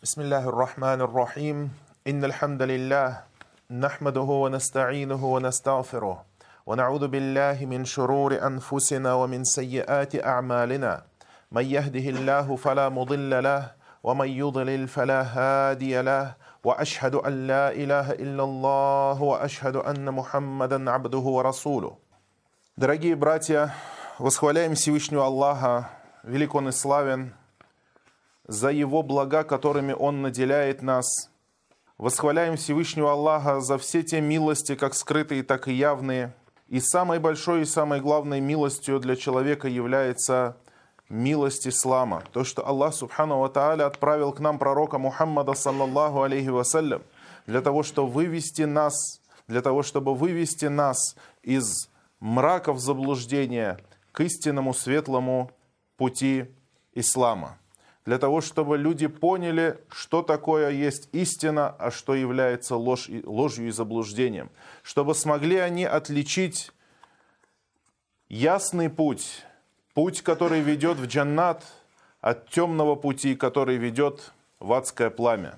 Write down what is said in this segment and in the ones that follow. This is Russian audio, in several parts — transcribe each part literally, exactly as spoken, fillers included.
بسم الله الرحمن الرحيم إن الحمد لله نحمده ونستعينه ونستغفره ونعوذ بالله من شرور أنفسنا ومن سيئات أعمالنا من يهده الله فلا مضل له ومن يضلل فلا هادي له وأشهد أن لا إله إلا الله وأشهد أن محمدا عبده ورسوله. Дорогие братья, восхваляем Всевышнего Аллаха, велик Он и славен, за Его блага, которыми Он наделяет нас. Восхваляем Всевышнего Аллаха за все те милости, как скрытые, так и явные. И самой большой и самой главной милостью для человека является милость ислама. То, что Аллах Субхану ва Тааля отправил к нам пророка Мухаммада, саллаллаху алейхи вассалям, для того, чтобы вывести нас, для того, чтобы вывести нас из мраков заблуждения к истинному светлому пути ислама. Для того, чтобы люди поняли, что такое есть истина, а что является ложь, ложью и заблуждением. Чтобы смогли они отличить ясный путь, путь, который ведет в джаннат, от темного пути, который ведет в адское пламя.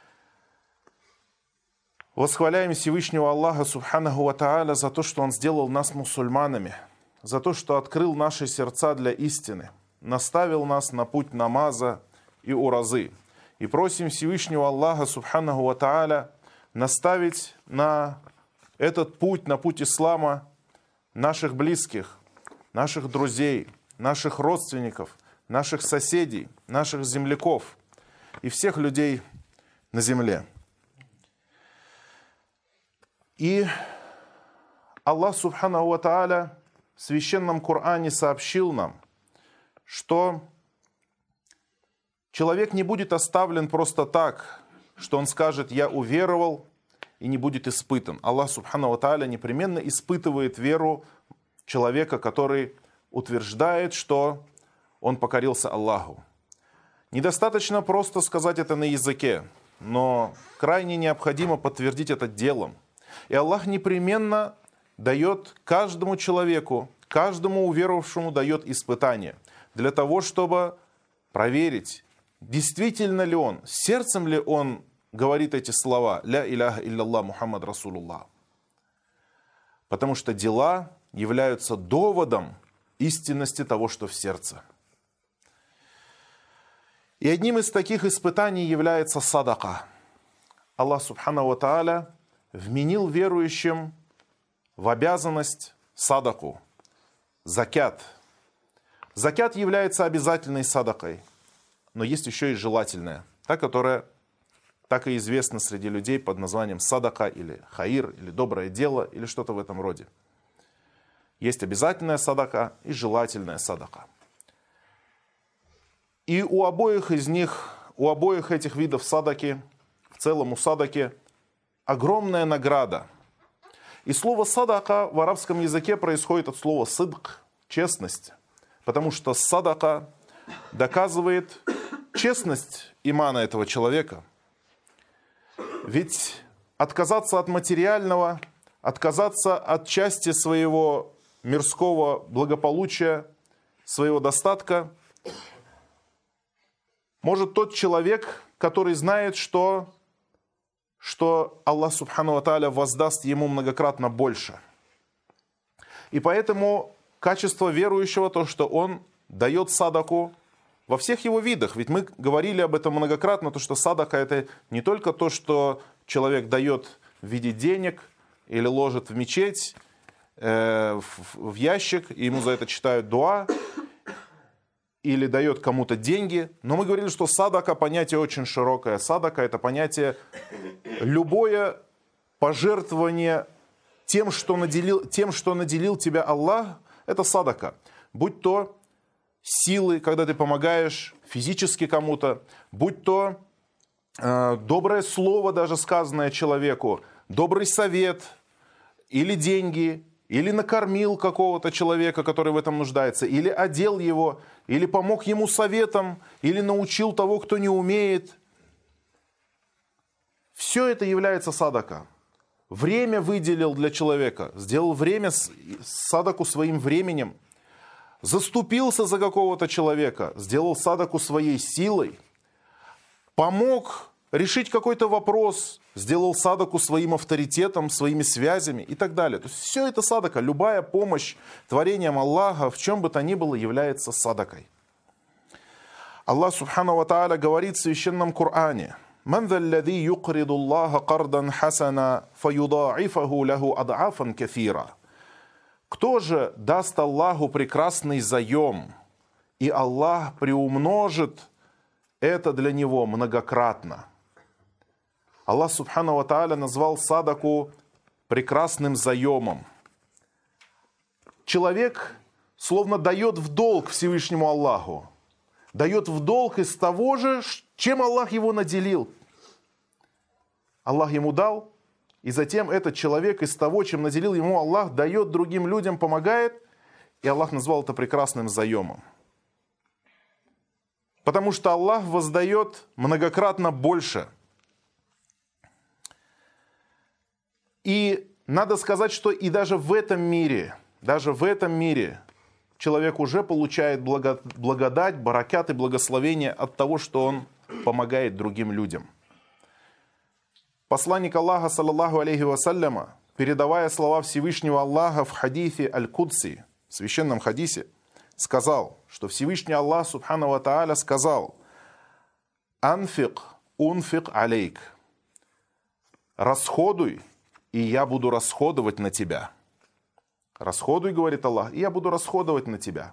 Восхваляем Всевышнего Аллаха Субханаху ва Тааля за то, что Он сделал нас мусульманами, за то, что открыл наши сердца для истины, наставил нас на путь намаза и уразы. И просим Всевышнего Аллаха Субханаху ва Тааля наставить на этот путь, на путь ислама наших близких, наших друзей, наших родственников, наших соседей, наших земляков и всех людей на земле. И Аллах Субханаху ва Тааля в Священном Коране сообщил нам, что человек не будет оставлен просто так, что он скажет «я уверовал» и не будет испытан. Аллах Субхану ва Тааля непременно испытывает веру человека, который утверждает, что он покорился Аллаху. Недостаточно просто сказать это на языке, но крайне необходимо подтвердить это делом. И Аллах непременно дает каждому человеку, каждому уверовавшему дает испытание, для того, чтобы проверить, действительно ли он, сердцем ли он говорит эти слова «Ля иляха илляллах Мухаммад Расулуллах». Потому что дела являются доводом истинности того, что в сердце. И одним из таких испытаний является садака. Аллах Субхану ва Тааля вменил верующим в обязанность садаку, закят. Закят является обязательной садакой, но есть еще и желательная, та, которая так и известна среди людей под названием садака или хаир, или доброе дело, или что-то в этом роде. Есть обязательная садака и желательная садака. И у обоих из них, у обоих этих видов садаки, в целом у садаки, огромная награда. И слово садака в арабском языке происходит от слова сидк, честность. Потому что садака доказывает честность имана этого человека. Ведь отказаться от материального, отказаться от части своего мирского благополучия, своего достатка, может тот человек, который знает, что, что Аллах Субхану ва Тааля воздаст ему многократно больше. И поэтому качество верующего, то, что он дает садаку во всех его видах. Ведь мы говорили об этом многократно, то, что садака это не только то, что человек дает в виде денег или ложит в мечеть, э, в, в ящик, и ему за это читают дуа, или дает кому-то деньги. Но мы говорили, что садака понятие очень широкое. Садака это понятие любое пожертвование тем, что наделил, тем, что наделил тебя Аллах, это садака. Будь то силы, когда ты помогаешь физически кому-то, будь то э, доброе слово, даже сказанное человеку, добрый совет, или деньги, или накормил какого-то человека, который в этом нуждается, или одел его, или помог ему советом, или научил того, кто не умеет. Все это является садака. Время выделил для человека, сделал время, садаку своим временем, заступился за какого-то человека, сделал садаку своей силой, помог решить какой-то вопрос, сделал садаку своим авторитетом, своими связями и так далее. То есть все это садака, любая помощь творениям Аллаха, в чем бы то ни было, является садакой. Аллах Субхану ва Тааля говорит в Священном Коране: «Ман заллади юкриду Аллаха кардан хасана фаюдаифаху лаху ад'афан кафира». Кто же даст Аллаху прекрасный заем, и Аллах приумножит это для него многократно? Аллах Субхану ва Тааля назвал садаку прекрасным заемом. Человек словно дает в долг Всевышнему Аллаху. Дает в долг из того же, чем Аллах его наделил. Аллах ему дал, и затем этот человек из того, чем наделил ему Аллах, дает другим людям, помогает, и Аллах назвал это прекрасным заемом. Потому что Аллах воздает многократно больше. И надо сказать, что и даже в этом мире, даже в этом мире человек уже получает благодать, баракят и благословение от того, что он помогает другим людям. Посланник Аллаха, саллаллаху алейхи вассаляма, передавая слова Всевышнего Аллаха в хадисе Аль-Кудси, в священном хадисе, сказал, что Всевышний Аллах, Субхану ва Тааля, сказал: «Анфик унфик алейк». Расходуй, и я буду расходовать на тебя. Расходуй, говорит Аллах, и я буду расходовать на тебя.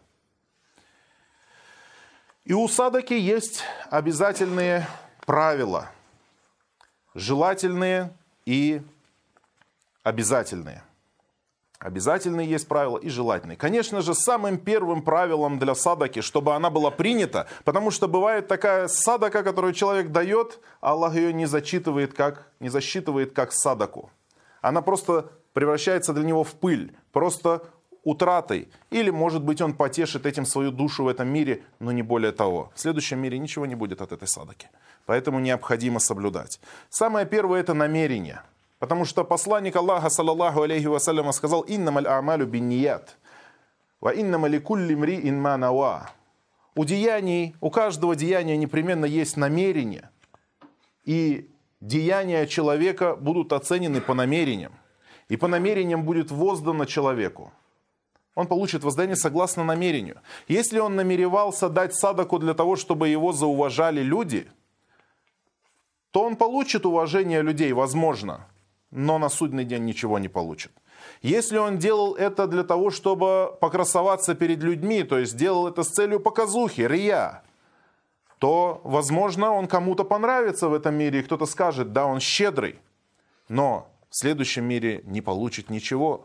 И у садаки есть обязательные правила. Желательные и обязательные. Обязательные есть правила и желательные. Конечно же, самым первым правилом для садаки, чтобы она была принята, потому что бывает такая садака, которую человек дает, а Аллах ее не зачитывает как, не засчитывает как садаку. Она просто превращается для него в пыль, просто утратой. Или, может быть, он потешит этим свою душу в этом мире, но не более того. В следующем мире ничего не будет от этой садаки. Поэтому необходимо соблюдать. Самое первое – это намерение. Потому что посланник Аллаха, саллаллаху алейхи вассаляма, сказал: «Иннамаль а'малю бинният, ва иннама ликулли мриин ма нава». У деяний, у каждого деяния непременно есть намерение. И деяния человека будут оценены по намерениям. И по намерениям будет воздано человеку. Он получит воздание согласно намерению. Если он намеревался дать садаку для того, чтобы его зауважали люди, то он получит уважение людей, возможно, но на судный день ничего не получит. Если он делал это для того, чтобы покрасоваться перед людьми, то есть делал это с целью показухи, рия, то, возможно, он кому-то понравится в этом мире, и кто-то скажет: да, он щедрый, но в следующем мире не получит ничего.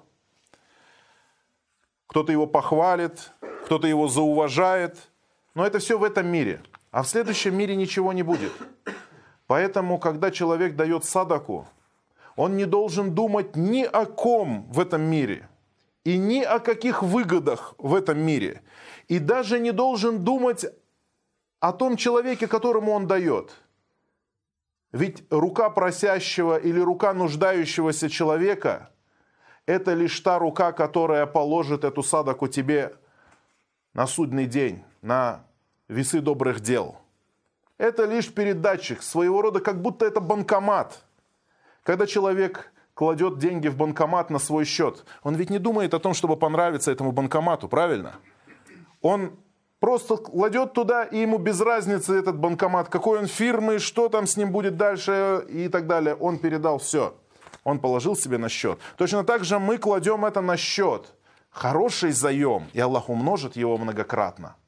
Кто-то его похвалит, кто-то его зауважает, но это все в этом мире, а в следующем мире ничего не будет. Поэтому, когда человек дает садаку, он не должен думать ни о ком в этом мире, и ни о каких выгодах в этом мире, и даже не должен думать о том человеке, которому он дает. Ведь рука просящего или рука нуждающегося человека – это лишь та рука, которая положит эту садаку тебе на судный день, на весы добрых дел. Это лишь передатчик, своего рода, как будто это банкомат. Когда человек кладет деньги в банкомат на свой счет, он ведь не думает о том, чтобы понравиться этому банкомату, правильно? Он просто кладет туда, и ему без разницы этот банкомат, какой он фирмы, что там с ним будет дальше и так далее. Он передал все. Он положил себе на счет. Точно так же мы кладем это на счет. Хороший заем, и Аллах умножит его многократно.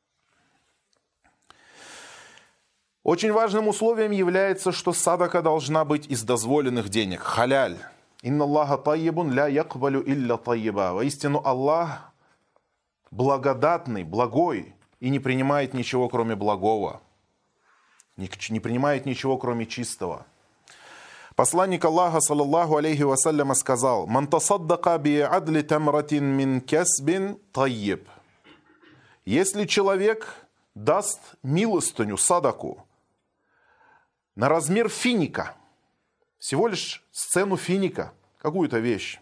Очень важным условием является, что садака должна быть из дозволенных денег. Халяль. Инна Аллаха тайибун ля якбалю илля тайиба. Воистину Аллах благодатный, благой и не принимает ничего, кроме благого. Не принимает ничего, кроме чистого. Посланник Аллаха, саллаллаху алейхи вассаляма, сказал: «Ман тасаддака би адли тамратин мин касбин тайиб». Если человек даст милостыню, садаку, на размер финика, всего лишь сцену финика, какую-то вещь,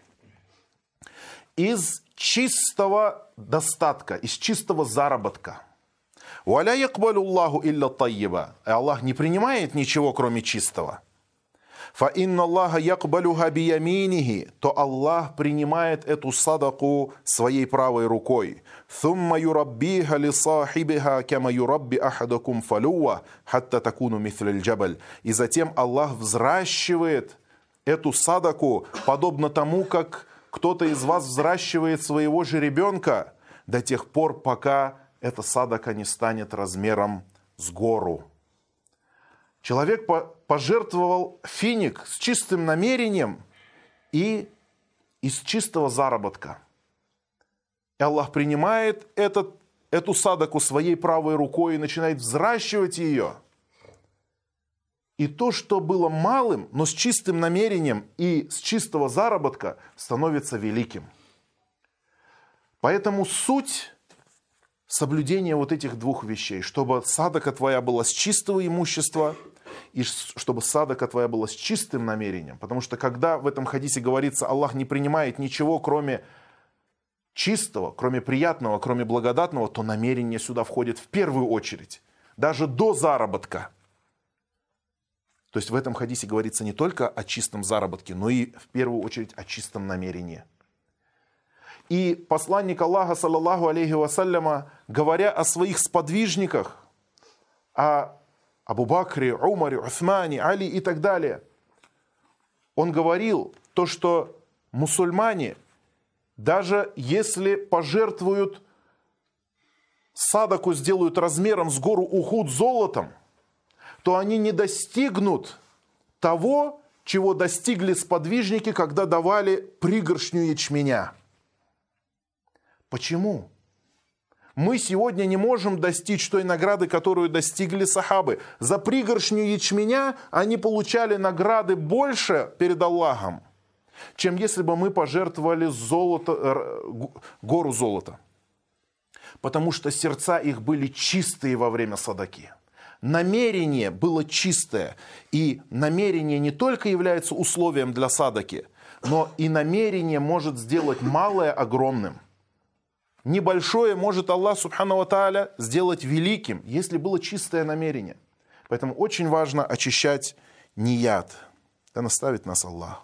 из чистого достатка, из чистого заработка. «Валя якбалю Аллаху илля тайиба». И Аллах не принимает ничего, кроме чистого. «Фа инна Аллаха якбалюха бияминихи». То Аллах принимает эту садаку своей правой рукой. «Thumма юраббиха ли сахибиха, кама юрабби ахадакум фалюва, хатта такуну митhlяль джабаль». И затем Аллах взращивает эту садаку, подобно тому, как кто-то из вас взращивает своего же ребенка, до тех пор, пока эта садака не станет размером с гору. Человек пожертвовал финик с чистым намерением и из чистого заработка. И Аллах принимает этот, эту садаку своей правой рукой и начинает взращивать ее. И то, что было малым, но с чистым намерением и с чистого заработка, становится великим. Поэтому суть соблюдения вот этих двух вещей, чтобы садака твоя была с чистого имущества, и чтобы садака твоя была с чистым намерением. Потому что когда в этом хадисе говорится, Аллах не принимает ничего, кроме чистого, кроме приятного, кроме благодатного, то намерение сюда входит в первую очередь, даже до заработка. То есть в этом хадисе говорится не только о чистом заработке, но и в первую очередь о чистом намерении. И посланник Аллаха, саллаллаху алейхи вассаляма, говоря о своих сподвижниках, о Абу Бакре, Умаре, Усмане, Али и так далее, он говорил то, что мусульмане, даже если пожертвуют садаку, сделают размером с гору Ухуд золотом, то они не достигнут того, чего достигли сподвижники, когда давали пригоршню ячменя. Почему? Мы сегодня не можем достичь той награды, которую достигли сахабы. За пригоршню ячменя они получали награды больше перед Аллахом, чем если бы мы пожертвовали золото, гору золота. Потому что сердца их были чистые во время садаки. Намерение было чистое. И намерение не только является условием для садаки, но и намерение может сделать малое огромным. Небольшое может Аллах субхану ва тааля сделать великим, если было чистое намерение. Поэтому очень важно очищать ният. Да наставит нас Аллах.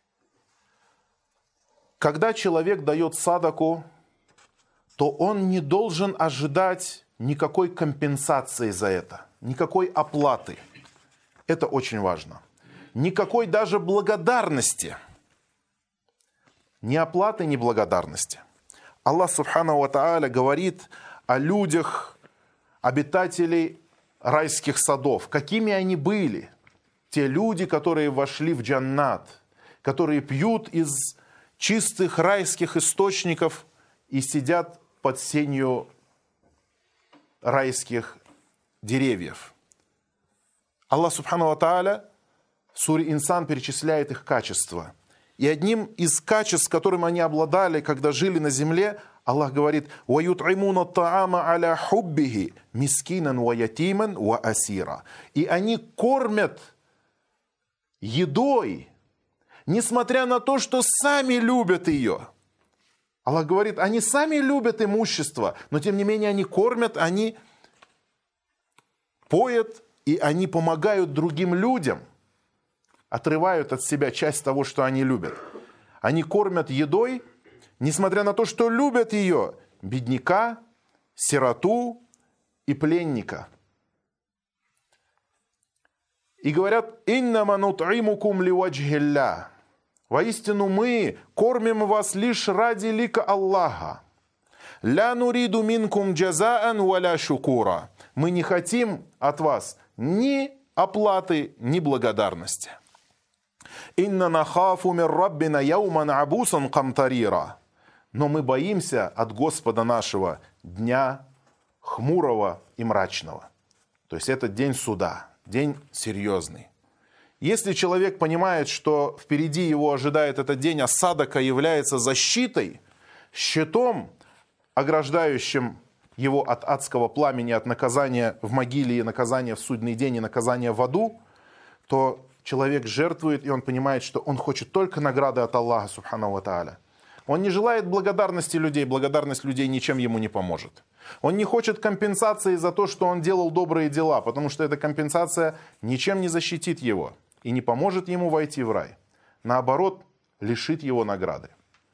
Когда человек дает садаку, то он не должен ожидать никакой компенсации за это, никакой оплаты. Это очень важно. Никакой даже благодарности. Ни оплаты, ни благодарности. Аллах субхану ва тааля говорит о людях, обитателей райских садов. Какими они были? Те люди, которые вошли в джаннат, которые пьют из чистых райских источников и сидят под сенью райских деревьев. Аллах субхану ва тааля в суре Инсан перечисляет их качества. И одним из качеств, которым они обладали, когда жили на земле, Аллах говорит: «Вают'имуна та'ама аля хуббихи мискинан ва ятиман ва асира». И они кормят едой, несмотря на то, что сами любят ее. Аллах говорит, они сами любят имущество, но тем не менее они кормят, они поят, и они помогают другим людям. Отрывают от себя часть того, что они любят. Они кормят едой, несмотря на то, что любят ее, бедняка, сироту и пленника. И говорят: «Иннама нут'имукум ливаджхилля». Воистину мы кормим вас лишь ради лика Аллаха. «Ля нуриду минкум джазаан валя шукура». Мы не хотим от вас ни оплаты, ни благодарности. «Инна нахафу мир раббина яуман абусан камтарира». Но мы боимся от Господа нашего дня хмурого и мрачного. То есть это день суда, день серьезный. Если человек понимает, что впереди его ожидает этот день, а садака является защитой, щитом, ограждающим его от адского пламени, от наказания в могиле и наказания в судный день и наказания в аду, то человек жертвует, и он понимает, что он хочет только награды от Аллаха субхану ва тааля. Он не желает благодарности людей, благодарность людей ничем ему не поможет. Он не хочет компенсации за то, что он делал добрые дела, потому что эта компенсация ничем не защитит его и не поможет ему войти в рай. Наоборот, лишит его награды.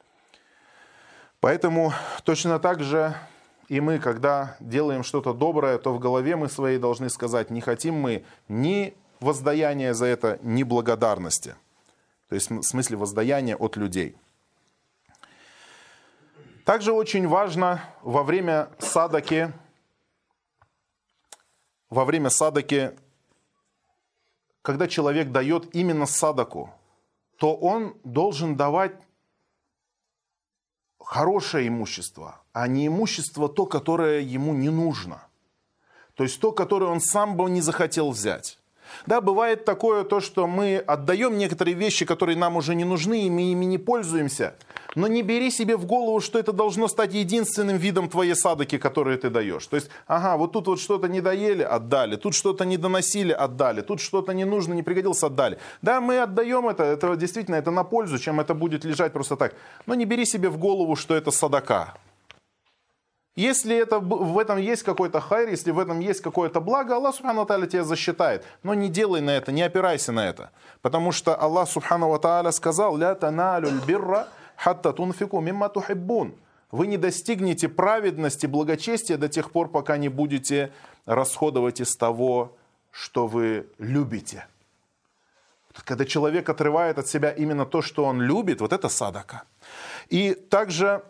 Поэтому точно так же и мы, когда делаем что-то доброе, то в голове мы своей должны сказать, не хотим мы ни воздаяния за это, ни благодарности. То есть в смысле воздаяния от людей. Также очень важно во время садаки, во время садаки, когда человек дает именно садаку, то он должен давать хорошее имущество, а не имущество то, которое ему не нужно. То есть то, которое он сам бы не захотел взять. Да, бывает такое, то, что мы отдаем некоторые вещи, которые нам уже не нужны, и мы ими не пользуемся. Но не бери себе в голову, что это должно стать единственным видом твоей садаки, которые ты даешь. То есть, ага, вот тут вот что-то не доели, отдали, тут что-то не доносили, отдали, тут что-то не нужно, не пригодилось, отдали. Да, мы отдаем это, это действительно это на пользу, чем это будет лежать просто так. Но не бери себе в голову, что это садака. Если это, в этом есть какой-то хайр, если в этом есть какое-то благо, Аллах Субхану ва Тааля тебя засчитает. Но не делай на это, не опирайся на это. Потому что Аллах Субхану ва Тааля сказал, «Ля таналюль бирра хатта тунфику мимма тухиббун». Вы не достигнете праведности, благочестия до тех пор, пока не будете расходовать из того, что вы любите. Когда человек отрывает от себя именно то, что он любит, вот это садака. И также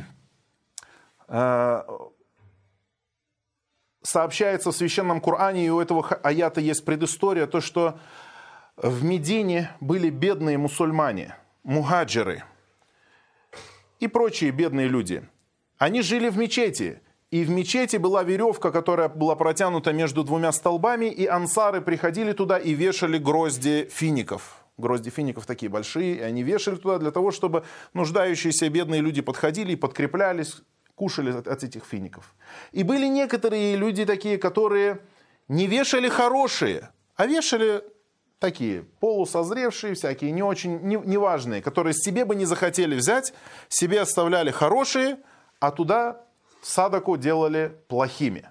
сообщается в Священном Коране, и у этого аята есть предыстория, то, что в Медине были бедные мусульмане, мухаджиры и прочие бедные люди. Они жили в мечети, и в мечети была веревка, которая была протянута между двумя столбами, и ансары приходили туда и вешали грозди фиников. Грозди фиников такие большие, и они вешали туда для того, чтобы нуждающиеся бедные люди подходили и подкреплялись, кушали от этих фиников. И были некоторые люди такие, которые не вешали хорошие, а вешали такие полусозревшие, всякие не очень, не, неважные, которые себе бы не захотели взять, себе оставляли хорошие, а туда садаку делали плохими.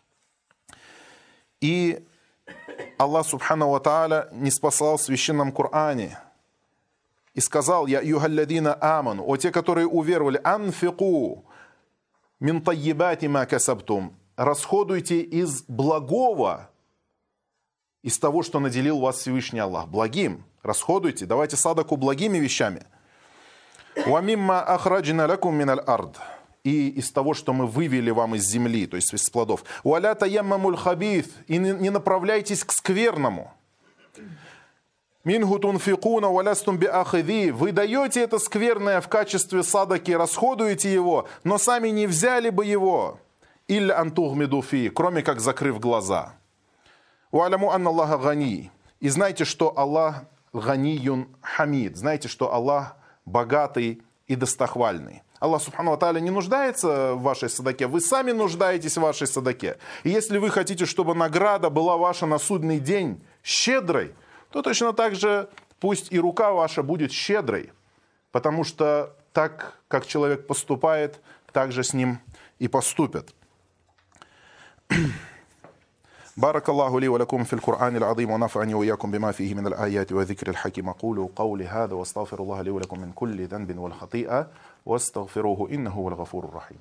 И Аллах Субхану ва Тааля не спасал в Священном Коране и сказал, «Я юхалладина аману», о те, которые уверовали, «Анфику мин таййибати ма касабтум», расходуйте из благого, из того, что наделил вас Всевышний Аллах. Благим. Расходуйте. Давайте садаку благими вещами. «Ва мимма ахраджина лакум миналь ард». И из того, что мы вывели вам из земли, то есть из плодов. «Ва ля таяммамуль хабith». И не направляйтесь к скверному. «Мингу тунфикуна ва лястум биахиди». Вы даете это скверное в качестве садаки, расходуете его, но сами не взяли бы его. «Илля антугмиду фи», кроме как закрыв глаза. «Уаляму анна Аллаха гани». И знайте, что Аллах ганиюн хамид. Знайте, что Аллах богатый и достохвальный. Аллах Субхану ва Тааля не нуждается в вашей садаке, вы сами нуждаетесь в вашей садаке. И если вы хотите, чтобы награда была ваша на судный день щедрой, то точно так же пусть и рука ваша будет щедрой. Потому что так, как человек поступает, так же с ним и поступят. بارك الله لي ولكم في القرآن العظيم ونفعني وإياكم بما فيه من الآيات وذكر الحكيم أقول قولي هذا واستغفر الله لي ولكم من كل ذنب والخطيئة واستغفروه إنه هو الغفور الرحيم.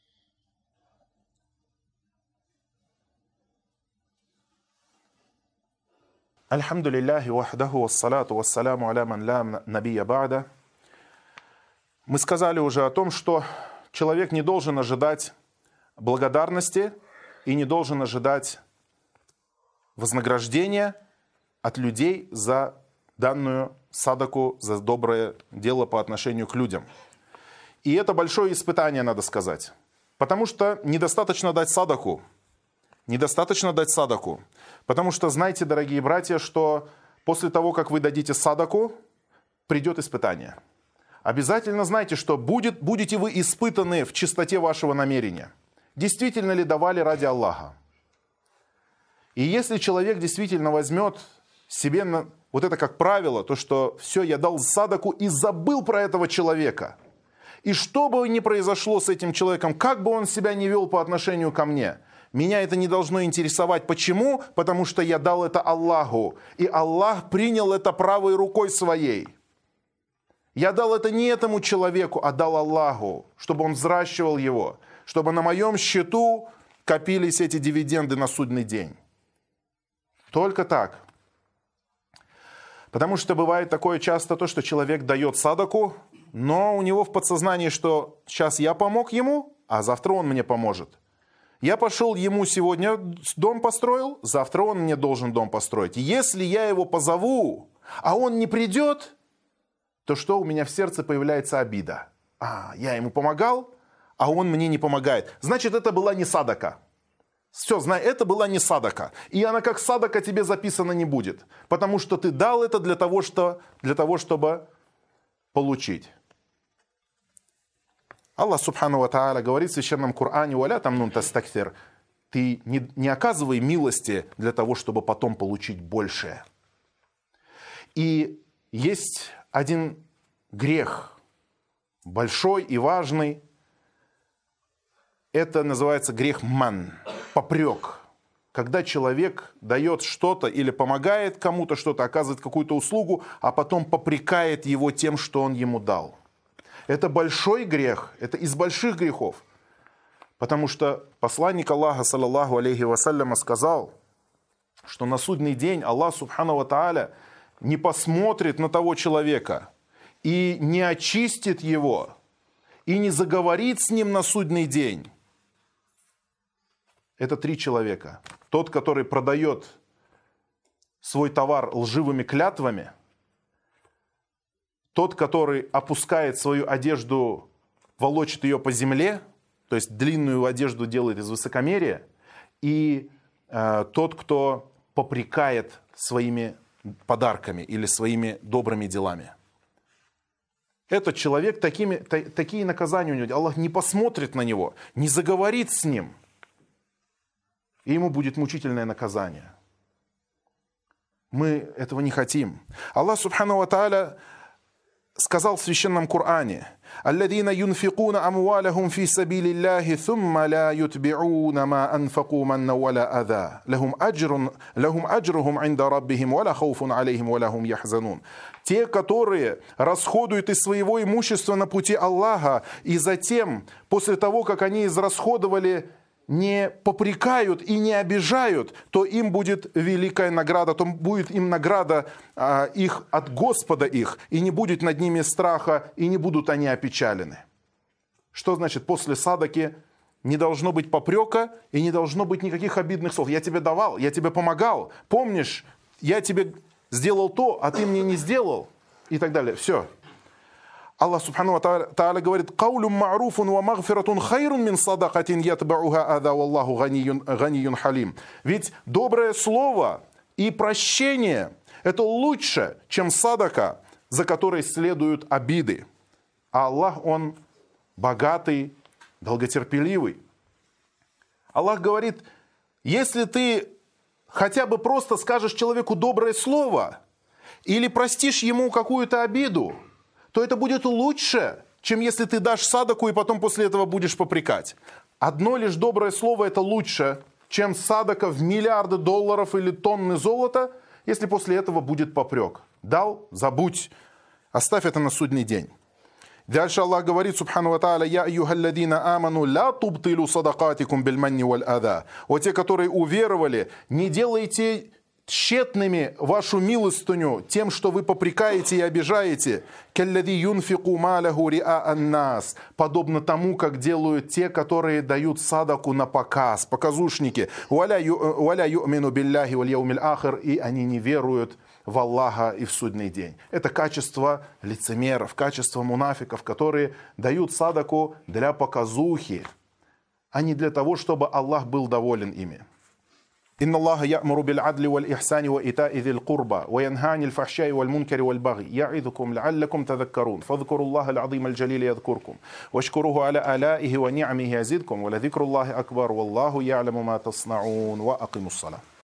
الحمد لله وحده والصلاة والسلام على من لا نبي بعده. Мы сказали уже о том, что человек не должен ожидать благодарности и не должен ожидать вознаграждения от людей за данную садаку, за доброе дело по отношению к людям. И это большое испытание, надо сказать. Потому что недостаточно дать садаку. Недостаточно дать садаку. Потому что знайте, дорогие братья, что после того, как вы дадите садаку, придет испытание. Обязательно знайте, что будет, будете вы испытаны в чистоте вашего намерения. Действительно ли давали ради Аллаха? И если человек действительно возьмет себе на, вот это как правило, то что все, я дал садаку и забыл про этого человека. И что бы ни произошло с этим человеком, как бы он себя не вел по отношению ко мне, меня это не должно интересовать. Почему? Потому что я дал это Аллаху. И Аллах принял это правой рукой своей. Я дал это не этому человеку, а дал Аллаху, чтобы он взращивал его, чтобы на моем счету копились эти дивиденды на судный день. Только так. Потому что бывает такое часто, то, что человек дает садаку, но у него в подсознании, что сейчас я помог ему, а завтра он мне поможет. Я пошел ему сегодня дом построил, завтра он мне должен дом построить. Если я его позову, а он не придет, то что у меня в сердце появляется обида. А, я ему помогал, а он мне не помогает. Значит, это была не садака. Все, знай, это была не садака. И она как садака тебе записана не будет. Потому что ты дал это для того, что, для того чтобы получить. Аллах Субхану ва Тааля говорит в Священном Коране: «Валя тамнун тастакфир». Ты не, не оказывай милости для того, чтобы потом получить большее. И есть один грех, большой и важный. Это называется грех ман, попрек. Когда человек дает что-то или помогает кому-то что-то, оказывает какую-то услугу, а потом попрекает его тем, что он ему дал. Это большой грех, это из больших грехов. Потому что посланник Аллаха, саллаллаху алейхи вассаляма, сказал, что на судный день Аллах Субхану ва Тааля не посмотрит на того человека и не очистит его, и не заговорит с ним на судный день. Это три человека. Тот, который продает свой товар лживыми клятвами, тот, который опускает свою одежду, волочит ее по земле, то есть длинную одежду делает из высокомерия, и э, тот, кто попрекает своими подарками или своими добрыми делами. Этот человек, такими, та, такие наказания у него, Аллах не посмотрит на него, не заговорит с ним, и ему будет мучительное наказание. Мы этого не хотим. Аллах Субхану ва Тааля сказал в Священном Коране: «Алладина юнфикуна амвалахум фи сабилиллахи, thumma ла ютби'уна ма анфаку манна валя ада. Лахум аджрун, лахум аджрухум инда раббихим, валя хауфун алейхим, валя хум яхзанун». Те, которые расходуют из своего имущества на пути Аллаха, и затем, после того, как они израсходовали, не попрекают и не обижают, то им будет великая награда, то будет им награда а, их от Господа их, и не будет над ними страха, и не будут они опечалены. Что значит, после садаки не должно быть попрека и не должно быть никаких обидных слов. Я тебе давал, я тебе помогал, помнишь, я тебе сделал то, а ты мне не сделал, и так далее. Все. Аллах Субхану ва Тааля говорит: «Каулюм ма'руфун ва магфиратун хайрун мин садакатин ятбауха ада валлаху ганиюн халим». Ведь доброе слово и прощение – это лучше, чем садака, за которой следуют обиды. А Аллах, Он богатый, долготерпеливый. Аллах говорит: если ты хотя бы просто скажешь человеку доброе слово или простишь ему какую-то обиду, то это будет лучше, чем если ты дашь садаку и потом после этого будешь попрекать. Одно лишь доброе слово – это лучше, чем садака в миллиарды долларов или тонны золота, если после этого будет попрек. Дал – забудь. Оставь это на судный день. Дальше Аллах говорит, Субхану ва Тааля: «Я айюхалладина аману ла тубтилу садакатикум бильманни валь ада». Вот те, которые уверовали, не делайте тщетными вашу милостыню тем, что вы попрекаете и обижаете. «Каллади юнфику маляху риа аннас», подобно тому, как делают те, которые дают садаку на показ, показушники. «Валя ю'мину билляхи валь яумил ахир», и они не веруют в Аллаха и в судный день. Это качество лицемеров, качество мунафиков, которые дают садаку для показухи, а не для того, чтобы Аллах был доволен ими. إن الله يأمر بالعدل والإحسان وإيتاء ذي القربى وينهى عن الفحشاء والمنكر والبغي يعظكم لعلكم تذكرون فاذكروا الله العظيم الجليل يذكركم واشكروه على آلائه ونعمه يزدكم ولذكر الله أكبر والله يعلم ما تصنعون وأقيموا الصلاة.